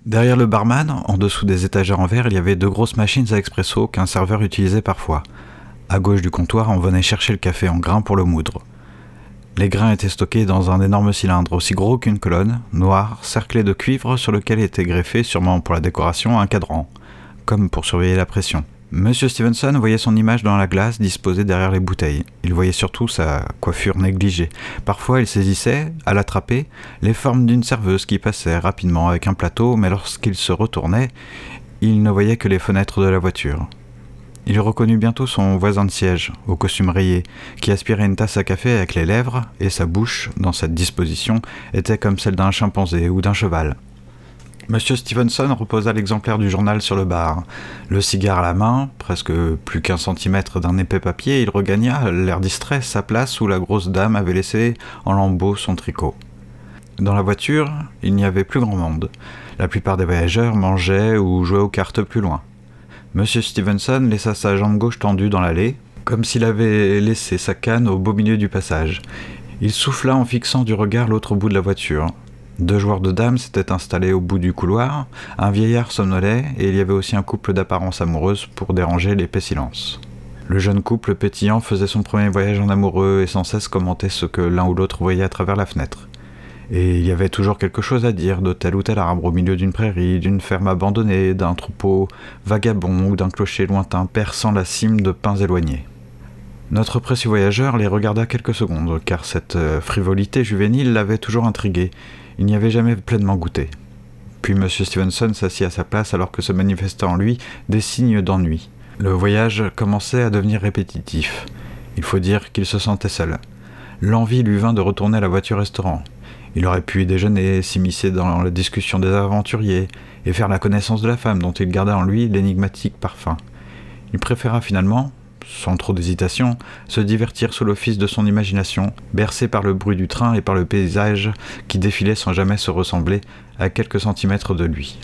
Derrière le barman, en dessous des étagères en verre, il y avait 2 grosses machines à expresso qu'un serveur utilisait parfois. À gauche du comptoir, on venait chercher le café en grains pour le moudre. Les grains étaient stockés dans un énorme cylindre, aussi gros qu'une colonne, noir, cerclé de cuivre sur lequel était greffé, sûrement pour la décoration, un cadran, comme pour surveiller la pression. Monsieur Stevenson voyait son image dans la glace disposée derrière les bouteilles. Il voyait surtout sa coiffure négligée. Parfois, il saisissait, à l'attraper, les formes d'une serveuse qui passait rapidement avec un plateau, mais lorsqu'il se retournait, il ne voyait que les fenêtres de la voiture. Il reconnut bientôt son voisin de siège, au costume rayé, qui aspirait une tasse à café avec les lèvres, et sa bouche, dans cette disposition, était comme celle d'un chimpanzé ou d'un cheval. Monsieur Stevenson reposa l'exemplaire du journal sur le bar. Le cigare à la main, presque plus qu'1 centimètre d'un épais papier, il regagna, l'air distrait, sa place où la grosse dame avait laissé en lambeaux son tricot. Dans la voiture, il n'y avait plus grand monde. La plupart des voyageurs mangeaient ou jouaient aux cartes plus loin. Monsieur Stevenson laissa sa jambe gauche tendue dans l'allée, comme s'il avait laissé sa canne au beau milieu du passage. Il souffla en fixant du regard l'autre bout de la voiture. 2 joueurs de dames s'étaient installés au bout du couloir, un vieillard somnolait, et il y avait aussi un couple d'apparence amoureuse pour déranger l'épais silence. Le jeune couple pétillant faisait son premier voyage en amoureux et sans cesse commentait ce que l'un ou l'autre voyait à travers la fenêtre. Et il y avait toujours quelque chose à dire de tel ou tel arbre au milieu d'une prairie, d'une ferme abandonnée, d'un troupeau vagabond ou d'un clocher lointain perçant la cime de pins éloignés. Notre précieux voyageur les regarda quelques secondes, car cette frivolité juvénile l'avait toujours intrigué. Il n'y avait jamais pleinement goûté. Puis M. Stevenson s'assit à sa place alors que se manifestaient en lui des signes d'ennui. Le voyage commençait à devenir répétitif. Il faut dire qu'il se sentait seul. L'envie lui vint de retourner à la voiture-restaurant. Il aurait pu y déjeuner, s'immiscer dans la discussion des aventuriers et faire la connaissance de la femme dont il garda en lui l'énigmatique parfum. Il préféra finalement, sans trop d'hésitation, se divertir sous l'office de son imagination, bercé par le bruit du train et par le paysage qui défilait sans jamais se ressembler à quelques centimètres de lui.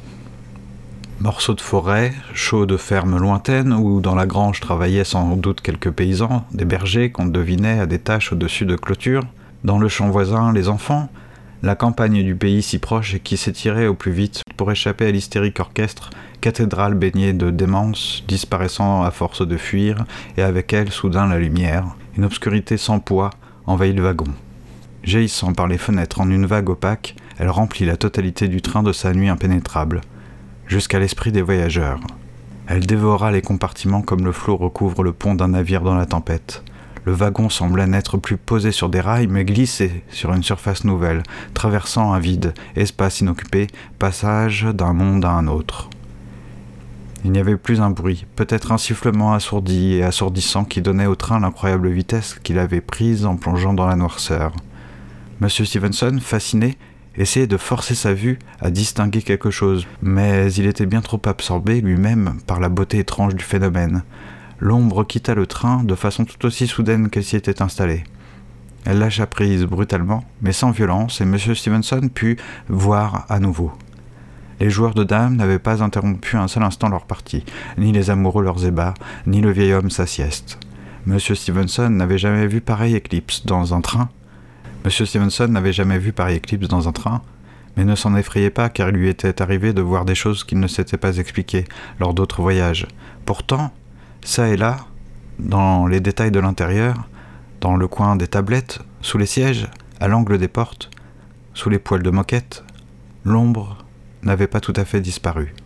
Morceaux de forêt, chauds de fermes lointaines où dans la grange travaillaient sans doute quelques paysans, des bergers qu'on devinait à des taches au-dessus de clôtures, dans le champ voisin les enfants, la campagne du pays si proche et qui s'étirait au plus vite pour échapper à l'hystérique orchestre, cathédrale baignée de démence, disparaissant à force de fuir, et avec elle soudain la lumière, une obscurité sans poids envahit le wagon. Jaillissant par les fenêtres en une vague opaque, elle remplit la totalité du train de sa nuit impénétrable, jusqu'à l'esprit des voyageurs. Elle dévora les compartiments comme le flot recouvre le pont d'un navire dans la tempête. Le wagon semblait n'être plus posé sur des rails, mais glissé sur une surface nouvelle, traversant un vide, espace inoccupé, passage d'un monde à un autre. Il n'y avait plus un bruit, peut-être un sifflement assourdi et assourdissant qui donnait au train l'incroyable vitesse qu'il avait prise en plongeant dans la noirceur. M. Stevenson, fasciné, essayait de forcer sa vue à distinguer quelque chose, mais il était bien trop absorbé lui-même par la beauté étrange du phénomène. L'ombre quitta le train de façon tout aussi soudaine qu'elle s'y était installée. Elle lâcha prise brutalement, mais sans violence, et M. Stevenson put voir à nouveau. Les joueurs de dames n'avaient pas interrompu un seul instant leur partie, ni les amoureux leurs ébats, ni le vieil homme sa sieste. M. Stevenson n'avait jamais vu pareille éclipse dans un train. Mais ne s'en effrayait pas car il lui était arrivé de voir des choses qu'il ne s'était pas expliquées lors d'autres voyages. Pourtant, ça et là, dans les détails de l'intérieur, dans le coin des tablettes, sous les sièges, à l'angle des portes, sous les poils de moquette, l'ombre n'avait pas tout à fait disparu.